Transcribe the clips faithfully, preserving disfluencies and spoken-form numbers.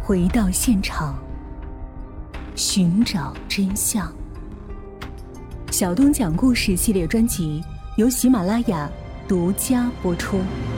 回到现场，寻找真相。小东讲故事系列专辑由喜马拉雅独家播出。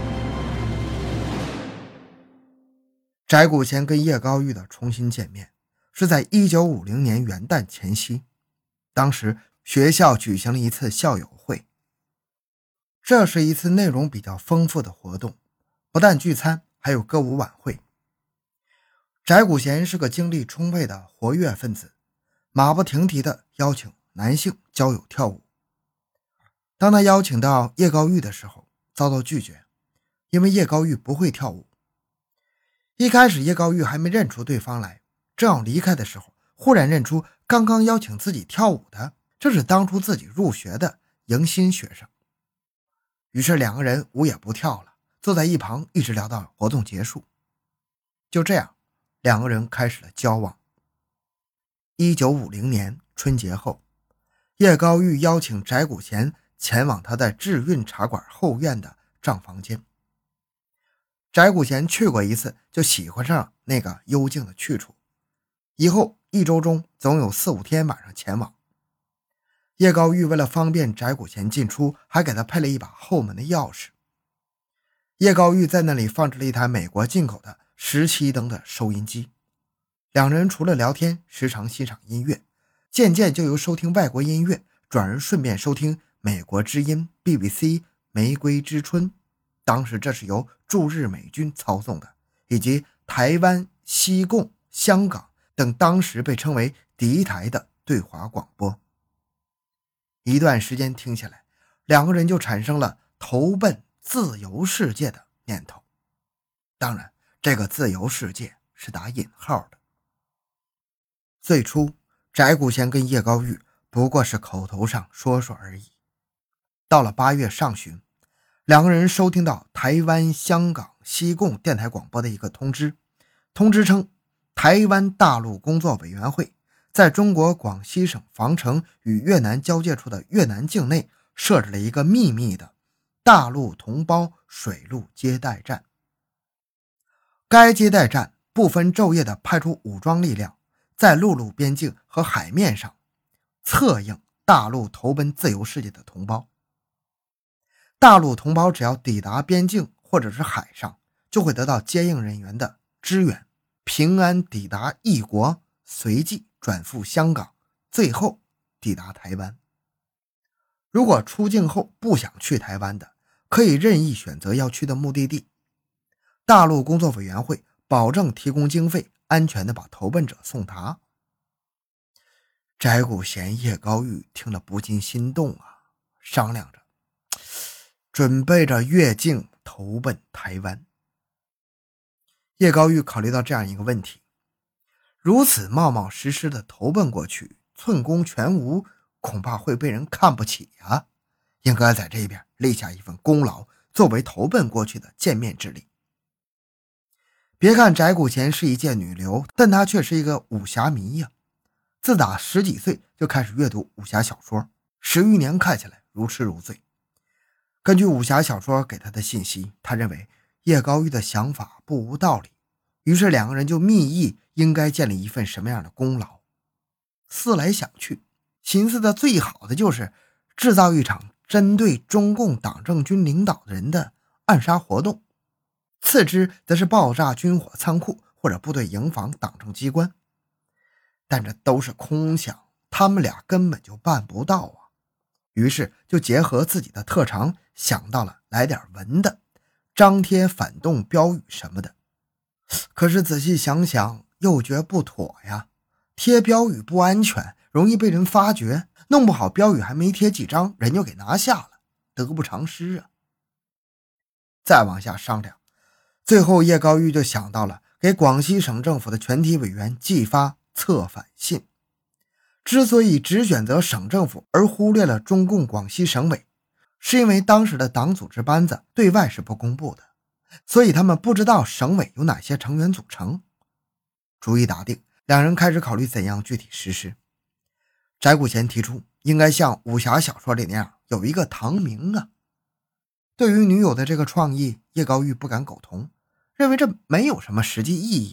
翟谷贤跟叶高玉的重新见面是在一九五零年元旦前夕，当时学校举行了一次校友会。这是一次内容比较丰富的活动，不但聚餐，还有歌舞晚会。翟谷贤是个精力充沛的活跃分子，马不停蹄地邀请男性交友跳舞。当他邀请到叶高玉的时候，遭到拒绝，因为叶高玉不会跳舞。一开始叶高玉还没认出对方来，正要离开的时候，忽然认出刚刚邀请自己跳舞的，这是当初自己入学的迎新学生。于是两个人舞也不跳了，坐在一旁一直聊到活动结束。就这样，两个人开始了交往。一九五零年春节后，叶高玉邀请翟谷贤前往他在智韵茶馆后院的账房间。翟谷贤去过一次，就喜欢上那个幽静的去处，以后一周中总有四五天晚上前往。叶高玉为了方便翟谷贤进出，还给他配了一把后门的钥匙。叶高玉在那里放置了一台美国进口的十七灯的收音机，两人除了聊天，时常欣赏音乐，渐渐就由收听外国音乐转而顺便收听美国之音 B B C 玫瑰之春，当时这是由驻日美军操纵的，以及台湾、西贡、香港等当时被称为敌台的对华广播。一段时间听下来，两个人就产生了投奔自由世界的念头。当然，这个自由世界是打引号的。最初，翟谷贤跟叶高玉不过是口头上说说而已。到了八月上旬，两个人收听到台湾、香港、西贡电台广播的一个通知，通知称台湾大陆工作委员会在中国广西省防城与越南交界处的越南境内设置了一个秘密的大陆同胞水陆接待站。该接待站不分昼夜地派出武装力量，在陆路边境和海面上策应大陆投奔自由世界的同胞。大陆同胞只要抵达边境或者是海上，就会得到接应人员的支援，平安抵达异国，随即转赴香港，最后抵达台湾。如果出境后不想去台湾的，可以任意选择要去的目的地。大陆工作委员会保证提供经费，安全的把投奔者送达。翟谷贤、叶高玉听了不禁心动啊，商量着准备着越境投奔台湾。叶高玉考虑到这样一个问题，如此冒冒失失的投奔过去，寸功全无，恐怕会被人看不起啊，应该在这边立下一份功劳，作为投奔过去的见面之礼。别看翟谷贤是一介女流，但她却是一个武侠迷呀、啊。自打十几岁就开始阅读武侠小说，十余年看起来如痴如醉。根据武侠小说给他的信息，他认为叶高玉的想法不无道理，于是两个人就密议应该建立一份什么样的功劳。思来想去，寻思的最好的就是制造一场针对中共党政军领导的人的暗杀活动，次之则是爆炸军火仓库或者部队营房党政机关。但这都是空想，他们俩根本就办不到啊。于是就结合自己的特长，想到了来点文的，张贴反动标语什么的。可是仔细想想又觉不妥呀，贴标语不安全，容易被人发觉，弄不好标语还没贴几张，人就给拿下了，得不偿失啊。再往下商量，最后叶高玉就想到了给广西省政府的全体委员寄发策反信。之所以只选择省政府而忽略了中共广西省委，是因为当时的党组织班子对外是不公布的，所以他们不知道省委有哪些成员组成。主意打定，两人开始考虑怎样具体实施。翟谷贤提出应该像武侠小说里那样有一个唐明啊。对于女友的这个创意，叶高玉不敢苟同，认为这没有什么实际意义啊，而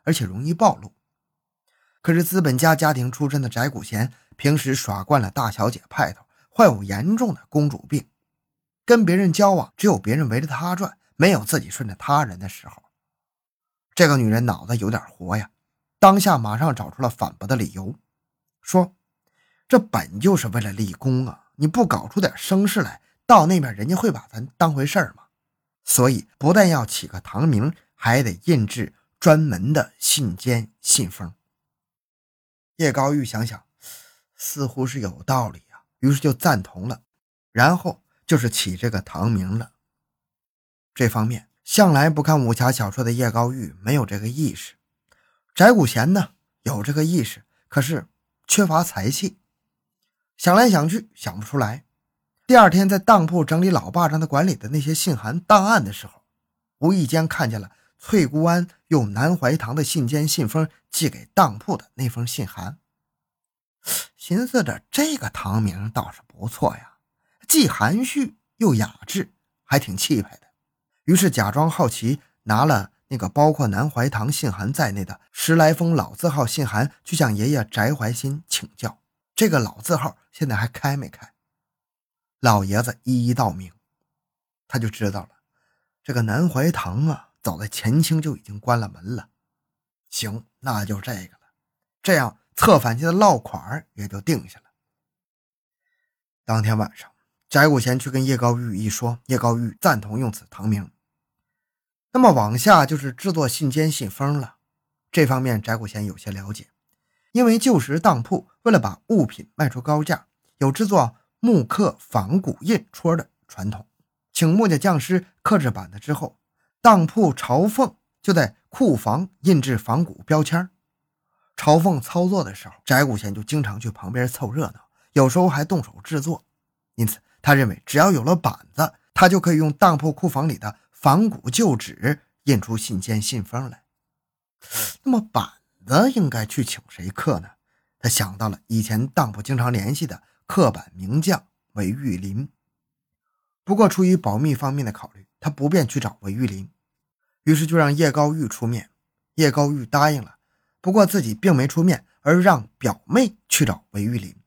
而且容易暴露。可是资本家家庭出身的翟谷贤平时耍惯了大小姐派头，患有严重的公主病，跟别人交往只有别人围着他转，没有自己顺着他人的时候。这个女人脑子有点活呀，当下马上找出了反驳的理由，说这本就是为了立功啊，你不搞出点声势来，到那边人家会把咱当回事儿吗？所以不但要起个堂名，还得印制专门的信笺信封。叶高玉想想似乎是有道理啊，于是就赞同了，然后就是起这个堂名了。这方面向来不看武侠小说的叶高玉没有这个意识，翟谷贤呢有这个意识，可是缺乏才气，想来想去想不出来。第二天在当铺整理老爸让他管理的那些信函档案的时候，无意间看见了翠姑庵用南怀堂的信笺信封寄给当铺的那封信函，寻思着这个堂名倒是不错呀，既含蓄又雅致，还挺气派的。于是假装好奇，拿了那个包括南怀堂信函在内的十来封老字号信函去向爷爷翟怀新请教，这个老字号现在还开没开。老爷子一一道明，他就知道了，这个南怀堂啊早在前清就已经关了门了。行，那就这个了，这样策反期的落款也就定下了。当天晚上，翟谷贤去跟叶高玉一说，叶高玉赞同用此堂名。那么往下就是制作信笺信封了，这方面翟谷贤有些了解，因为旧时当铺为了把物品卖出高价，有制作木刻仿古印戳的传统，请木匠匠师刻制版的之后，当铺朝奉就在库房印制仿古标签。朝奉操作的时候，翟谷贤就经常去旁边凑热闹，有时候还动手制作。因此他认为只要有了板子，他就可以用当铺库房里的仿古旧纸印出信笺信封来。那么板子应该去请谁刻呢？他想到了以前当铺经常联系的刻板名将韦玉林，不过出于保密方面的考虑，他不便去找韦玉林，于是就让叶高玉出面。叶高玉答应了，不过自己并没出面，而让表妹去找韦玉林。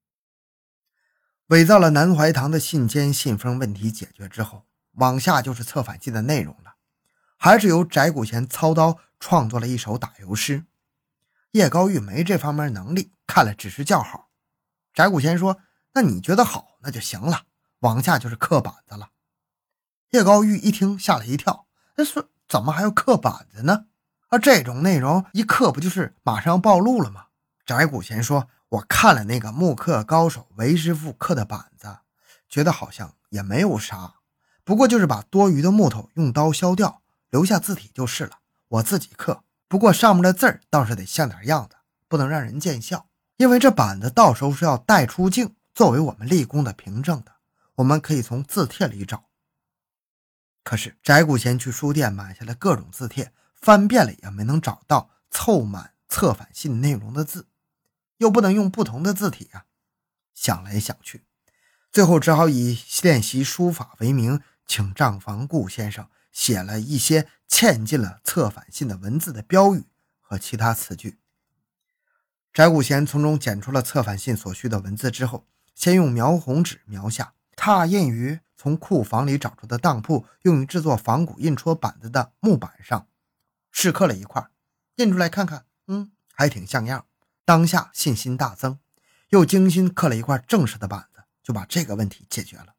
伪造了南怀堂的信笺信封问题解决之后，往下就是策反记的内容了，还是由翟谷贤操刀创作了一首打油诗。叶高玉没这方面能力，看了只是叫好。翟谷贤说，那你觉得好那就行了，往下就是刻板子了。叶高玉一听吓了一跳，他说怎么还要刻板子呢？而这种内容一刻不就是马上要暴露了吗？翟谷贤说，我看了那个木刻高手韦师傅刻的板子，觉得好像也没有啥，不过就是把多余的木头用刀削掉，留下字体就是了，我自己刻，不过上面的字儿倒是得像点样子，不能让人见笑，因为这板子到时候是要带出境作为我们立功的凭证的，我们可以从字帖里找。可是翟谷贤去书店买下了各种字帖，翻遍了也没能找到凑满策反信内容的字，又不能用不同的字体啊。想来想去，最后只好以练习书法为名，请账房顾先生写了一些嵌进了策反信的文字的标语和其他词句。翟谷贤从中剪出了策反信所需的文字之后，先用描红纸描下，拓印于从库房里找出的当铺用于制作仿古印戳板子的木板上，试刻了一块，印出来看看，嗯，还挺像样，当下信心大增，又精心刻了一块正式的板子，就把这个问题解决了。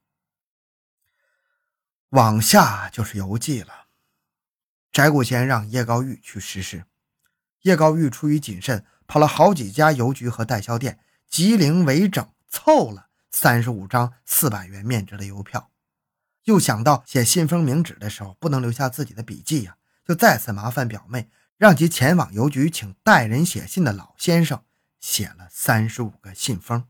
往下就是邮寄了。翟谷贤让叶高玉去实施，叶高玉出于谨慎，跑了好几家邮局和代销店，集零为整，凑了三十五张四百元面值的邮票。又想到写信封明纸的时候不能留下自己的笔记呀、啊，就再次麻烦表妹，让其前往邮局请代人写信的老先生写了三十五个信封。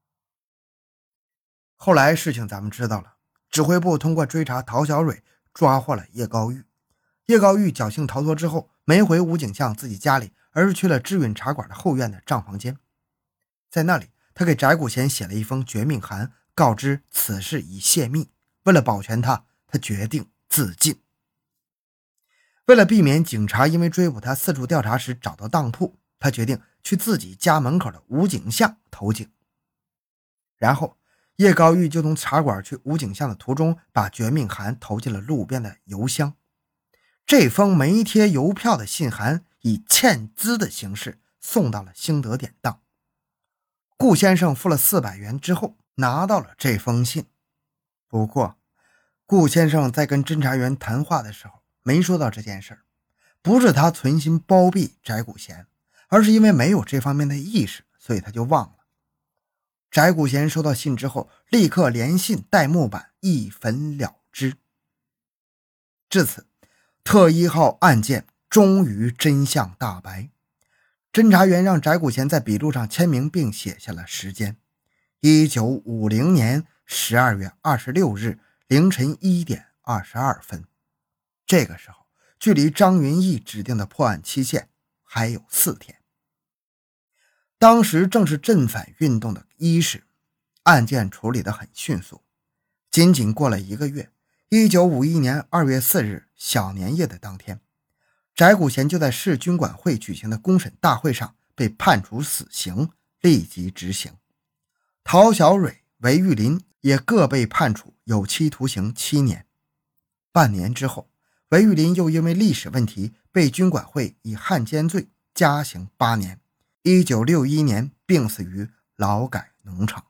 后来事情咱们知道了，指挥部通过追查陶小蕊抓获了叶高玉。叶高玉侥幸逃脱之后，没回吴景巷自己家里，而是去了知允茶馆的后院的账房间。在那里，他给翟谷贤写了一封绝命函，告知此事已泄密，为了保全他，他决定自尽。 为了避免警察因为追捕他四处调查时找到当铺，他决定去自己家门口的五井巷投井。然后叶高玉就从茶馆去五井巷的途中，把绝命函投进了路边的邮箱。这封没贴邮票的信函以欠资的形式送到了兴德典当。顾先生付了四百元之后拿到了这封信。不过顾先生在跟侦查员谈话的时候没说到这件事儿，不是他存心包庇翟谷贤，而是因为没有这方面的意识，所以他就忘了。翟谷贤收到信之后立刻连信带木板一焚了之。至此特一号案件终于真相大白。侦查员让翟谷贤在笔录上签名，并写下了时间一九五零年十二月二十六日凌晨一点二十二分。这个时候距离张云逸指定的破案期限还有四天。当时正是镇反运动的伊始，案件处理得很迅速。仅仅过了一个月，一九五一年二月四日小年夜的当天，翟谷贤就在市军管会举行的公审大会上被判处死刑，立即执行。陶小蕊、韦玉林也各被判处有期徒刑七年。半年之后，韦玉林又因为历史问题被军管会以汉奸罪加刑八年。一九六一年病死于劳改农场。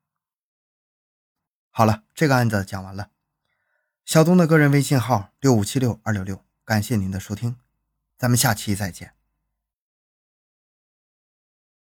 好了，这个案子讲完了。小东的个人微信号六五七六二六六，感谢您的收听，咱们下期再见。